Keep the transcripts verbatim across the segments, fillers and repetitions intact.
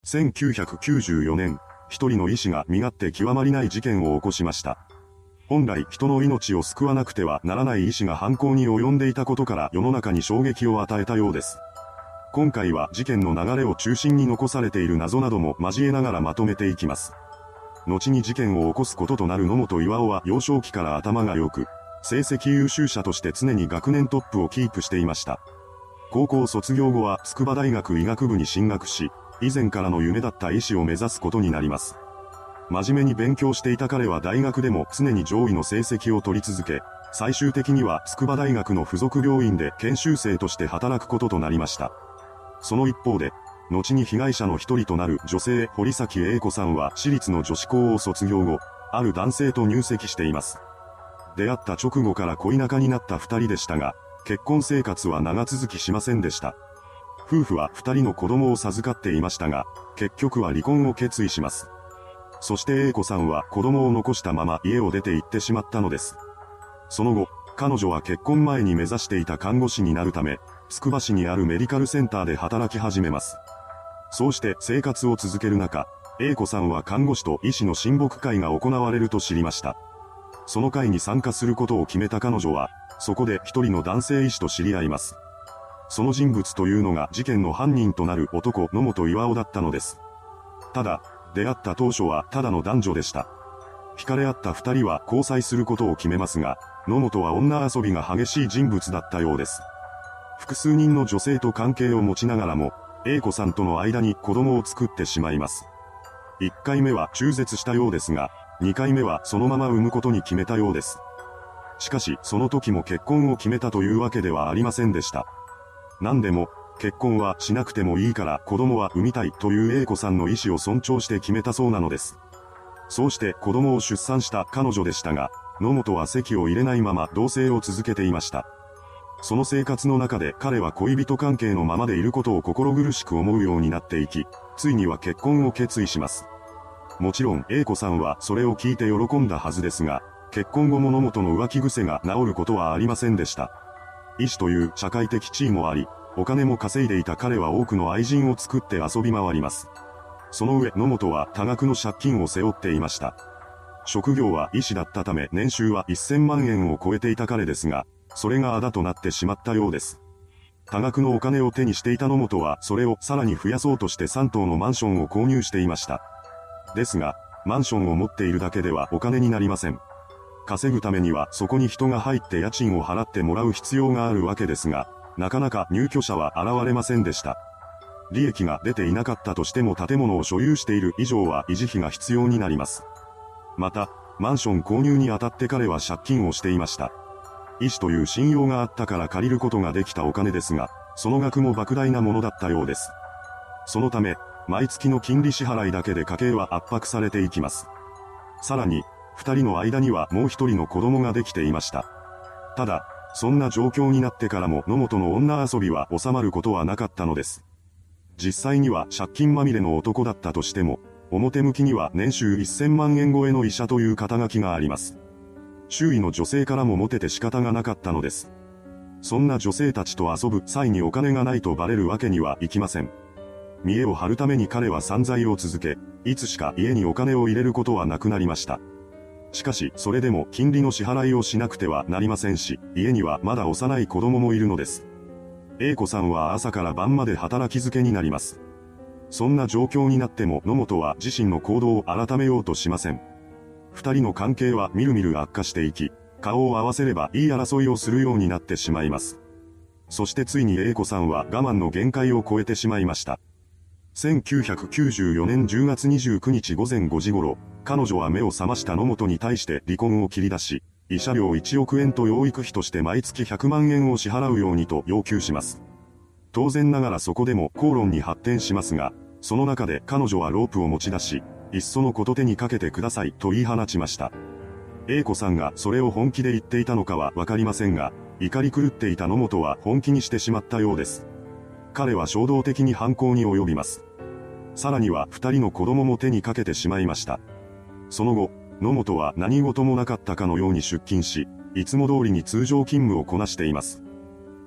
せんきゅうひゃくきゅうじゅうよねん、一人の医師が身勝手極まりない事件を起こしました。本来人の命を救わなくてはならない医師が犯行に及んでいたことから世の中に衝撃を与えたようです。今回は事件の流れを中心に残されている謎なども交えながらまとめていきます。後に事件を起こすこととなる野本巌は幼少期から頭が良く、成績優秀者として常に学年トップをキープしていました。高校卒業後は筑波大学医学部に進学し、以前からの夢だった医師を目指すことになります。真面目に勉強していた彼は大学でも常に上位の成績を取り続け、最終的には筑波大学の附属病院で研修生として働くこととなりました。その一方で、後に被害者の一人となる女性堀崎英子さんは私立の女子校を卒業後、ある男性と入籍しています。出会った直後から恋仲になった二人でしたが、結婚生活は長続きしませんでした。夫婦は二人の子供を授かっていましたが、結局は離婚を決意します。そして英子さんは子供を残したまま家を出て行ってしまったのです。その後、彼女は結婚前に目指していた看護師になるため、つくば市にあるメディカルセンターで働き始めます。そうして生活を続ける中、英子さんは看護師と医師の親睦会が行われると知りました。その会に参加することを決めた彼女は、そこで一人の男性医師と知り合います。その人物というのが事件の犯人となる男野本巌だったのです。ただ、出会った当初はただの男女でした。惹かれ合った二人は交際することを決めますが、野本は女遊びが激しい人物だったようです。複数人の女性と関係を持ちながらも、英子さんとの間に子供を作ってしまいます。いっかいめは中絶したようですが、にかいめはそのまま産むことに決めたようです。しかし、その時も結婚を決めたというわけではありませんでした。何でも、結婚はしなくてもいいから子供は産みたいという英子さんの意思を尊重して決めたそうなのです。そうして子供を出産した彼女でしたが、野本は籍を入れないまま同棲を続けていました。その生活の中で彼は恋人関係のままでいることを心苦しく思うようになっていき、ついには結婚を決意します。もちろん英子さんはそれを聞いて喜んだはずですが、結婚後も野本の浮気癖が治ることはありませんでした。医師という社会的地位もあり、お金も稼いでいた彼は多くの愛人を作って遊び回ります。その上野本は多額の借金を背負っていました。職業は医師だったため年収はせんまんえんを超えていた彼ですが、それがあだとなってしまったようです。多額のお金を手にしていた野本はそれをさらに増やそうとしてさん棟のマンションを購入していました。ですが、マンションを持っているだけではお金になりません。稼ぐためにはそこに人が入って家賃を払ってもらう必要があるわけですが、なかなか入居者は現れませんでした。利益が出ていなかったとしても建物を所有している以上は維持費が必要になります。また、マンション購入にあたって彼は借金をしていました。医師という信用があったから借りることができたお金ですが、その額も莫大なものだったようです。そのため、毎月の金利支払いだけで家計は圧迫されていきます。さらに、二人の間にはもう一人の子供ができていました。ただ、そんな状況になってからも野本の女遊びは収まることはなかったのです。実際には借金まみれの男だったとしても、表向きには年収せんまんえん超えの医者という肩書きがあります。周囲の女性からもモテて仕方がなかったのです。そんな女性たちと遊ぶ際にお金がないとバレるわけにはいきません。見栄を張るために彼は散財を続け、いつしか家にお金を入れることはなくなりました。しかし、それでも金利の支払いをしなくてはなりませんし、家にはまだ幼い子供もいるのです。英子さんは朝から晩まで働き漬けになります。そんな状況になっても野本は自身の行動を改めようとしません。二人の関係はみるみる悪化していき、顔を合わせればいい争いをするようになってしまいます。そしてついに英子さんは我慢の限界を超えてしまいました。せんきゅうひゃくきゅうじゅうよねんじゅうがつにじゅうくにちごぜんごじ頃、彼女は目を覚ました野本に対して離婚を切り出し、慰謝料いちおくえんと養育費として毎月ひゃくまんえんを支払うようにと要求します。当然ながらそこでも口論に発展しますが、その中で彼女はロープを持ち出し、いっそのこと手にかけてくださいと言い放ちました。英子さんがそれを本気で言っていたのかはわかりませんが、怒り狂っていた野本は本気にしてしまったようです。彼は衝動的に犯行に及びます。さらには二人の子供も手にかけてしまいました。その後、野本は何事もなかったかのように出勤し、いつも通りに通常勤務をこなしています。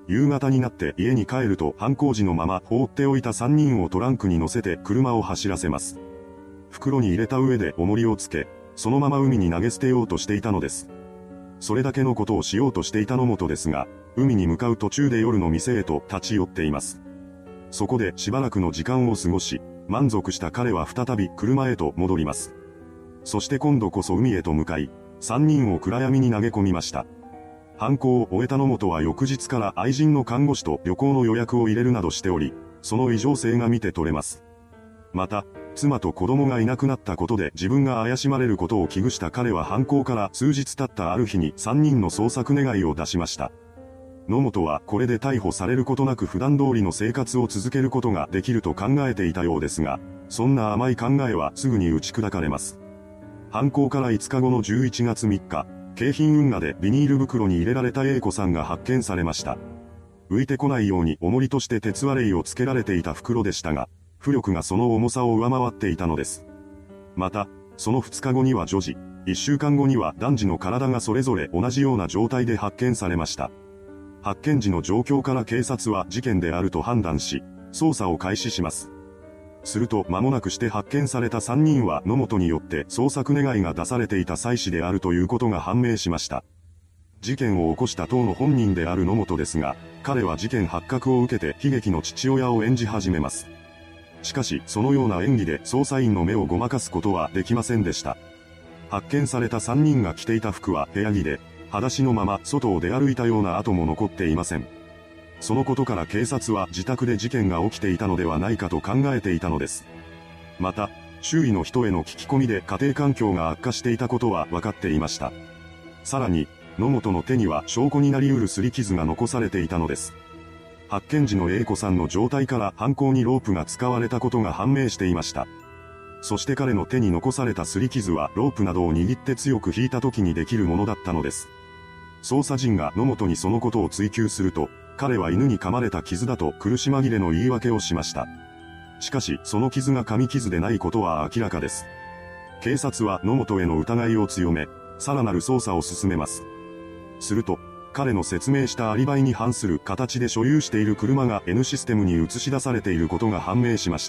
夕方になって家に帰ると犯行時のまま放っておいたさんにんをトランクに乗せて車を走らせます。袋に入れた上で重りをつけ、そのまま海に投げ捨てようとしていたのです。それだけのことをしようとしていた野本ですが、海に向かう途中で夜の店へと立ち寄っています。そこでしばらくの時間を過ごし、満足した彼は再び車へと戻ります。そして今度こそ海へと向かい、さんにんを暗闇に投げ込みました。犯行を終えた野本は翌日から愛人の看護師と旅行の予約を入れるなどしており、その異常性が見て取れます。また、妻と子供がいなくなったことで自分が怪しまれることを危惧した彼は犯行から数日経ったある日にさんにんの捜索願いを出しました。野本はこれで逮捕されることなく普段通りの生活を続けることができると考えていたようですが、そんな甘い考えはすぐに打ち砕かれます。犯行からいつかごのじゅういちがつみっか、京浜運河でビニール袋に入れられた A 子さんが発見されました。浮いてこないように重りとして鉄割れをつけられていた袋でしたが、浮力がその重さを上回っていたのです。また、そのふつかごには女児、いっしゅうかんごには男児の体がそれぞれ同じような状態で発見されました。発見時の状況から警察は事件であると判断し、捜査を開始します。すると間もなくして発見されたさんにんは野本によって捜索願いが出されていた妻子であるということが判明しました。事件を起こした当の本人である野本ですが、彼は事件発覚を受けて悲劇の父親を演じ始めます。しかし、そのような演技で捜査員の目をごまかすことはできませんでした。発見されたさんにんが着ていた服は部屋着で、裸足のまま外を出歩いたような跡も残っていません。そのことから警察は自宅で事件が起きていたのではないかと考えていたのです。また、周囲の人への聞き込みで家庭環境が悪化していたことは分かっていました。さらに、野本の手には証拠になり得る擦り傷が残されていたのです。発見時の A 子さんの状態から犯行にロープが使われたことが判明していました。そして彼の手に残された擦り傷はロープなどを握って強く引いた時にできるものだったのです。捜査陣が野本にそのことを追及すると、彼は犬に噛まれた傷だと苦し紛れの言い訳をしました。しかし、その傷が噛み傷でないことは明らかです。警察は野本への疑いを強め、さらなる捜査を進めます。すると、彼の説明したアリバイに反する形で所有している車が N システムに映し出されていることが判明しました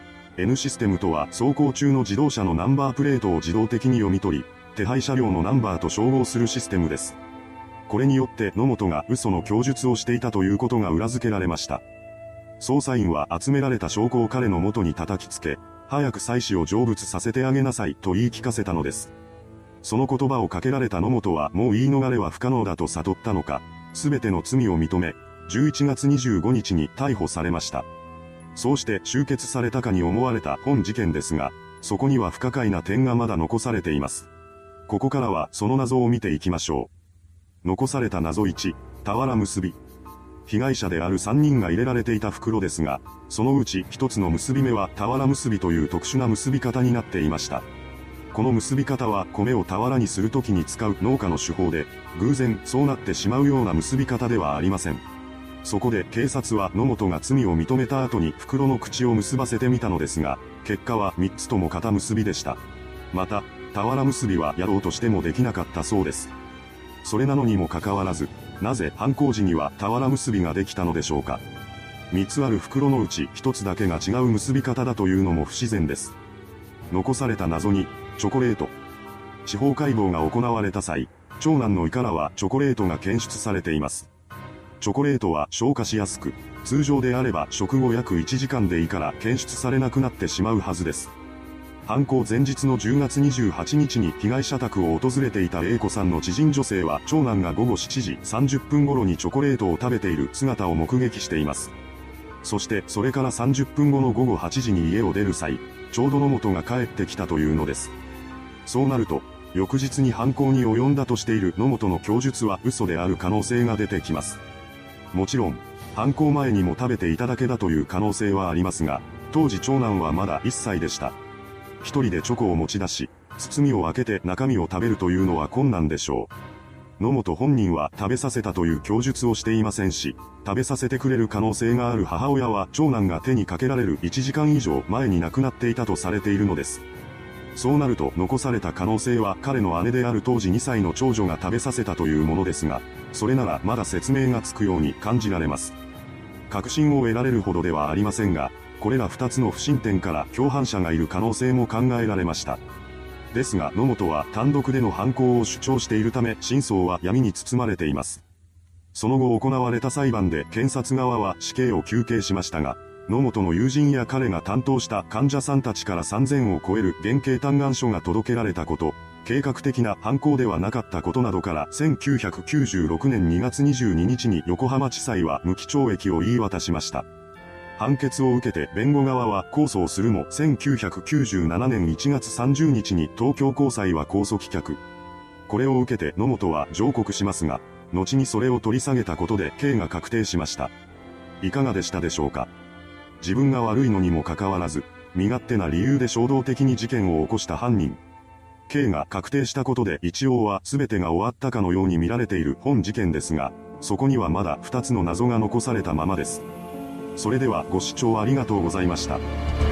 。N システムとは走行中の自動車のナンバープレートを自動的に読み取り、手配車両のナンバーと照合するシステムです。これによって野本が嘘の供述をしていたということが裏付けられました。捜査員は集められた証拠を彼の元に叩きつけ、早く妻子を成仏させてあげなさいと言い聞かせたのです。その言葉をかけられた野本はもう言い逃れは不可能だと悟ったのか、すべての罪を認め、じゅういちがつにじゅうごにちに逮捕されました。そうして終結されたかに思われた本事件ですが、そこには不可解な点がまだ残されています。ここからはその謎を見ていきましょう。残された謎いち、俵結び。被害者であるさんにんが入れられていた袋ですが、そのうちひとつの結び目は俵結びという特殊な結び方になっていました。この結び方は米を俵にするときに使う農家の手法で、偶然そうなってしまうような結び方ではありません。そこで警察は野本が罪を認めた後に袋の口を結ばせてみたのですが、結果はみっつとも片結びでした。また、俵結びはやろうとしてもできなかったそうです。それなのにもかかわらず、なぜ犯行時には俵結びができたのでしょうか。みっつある袋のうちひとつだけが違う結び方だというのも不自然です。残された謎に、チョコレート。司法解剖が行われた際、長男の胃からはチョコレートが検出されています。チョコレートは消化しやすく、通常であれば食後約いちじかんで胃から検出されなくなってしまうはずです。犯行前日のじゅうがつにじゅうはちにちに被害者宅を訪れていた A 子さんの知人女性は長男がごごしちじさんじゅっぷん頃にチョコレートを食べている姿を目撃しています。そしてそれからさんじゅっぷんごのごごはちじに家を出る際、ちょうど野本が帰ってきたというのです。そうなると、翌日に犯行に及んだとしている野本の供述は嘘である可能性が出てきます。もちろん、犯行前にも食べていただけだという可能性はありますが、当時長男はまだいっさいでした。一人でチョコを持ち出し、包みを開けて中身を食べるというのは困難でしょう。野本本人は食べさせたという供述をしていませんし、食べさせてくれる可能性がある母親は長男が手にかけられるいちじかん以上前に亡くなっていたとされているのです。 そうなると残された可能性は彼の姉である当時にさいの長女が食べさせたというものですが、それならまだ説明がつくように感じられます。確信を得られるほどではありませんが、これらふたつの不審点から共犯者がいる可能性も考えられました。ですが野本は単独での犯行を主張しているため真相は闇に包まれています。その後行われた裁判で検察側は死刑を求刑しましたが、野本の友人や彼が担当した患者さんたちからさんぜんを超える減刑嘆願書が届けられたこと、計画的な犯行ではなかったことなどからせんきゅうひゃくきゅうじゅうろくねんにがつにじゅうににちに横浜地裁は無期懲役を言い渡しました。判決を受けて弁護側は控訴をするもせんきゅうひゃくきゅうじゅうななねんいちがつさんじゅうにちに東京高裁は控訴棄却。これを受けて野本は上告しますが、後にそれを取り下げたことで刑が確定しました。いかがでしたでしょうか。自分が悪いのにもかかわらず、身勝手な理由で衝動的に事件を起こした犯人。刑が確定したことで一応は全てが終わったかのように見られている本事件ですが、そこにはまだふたつの謎が残されたままです。それではご視聴ありがとうございました。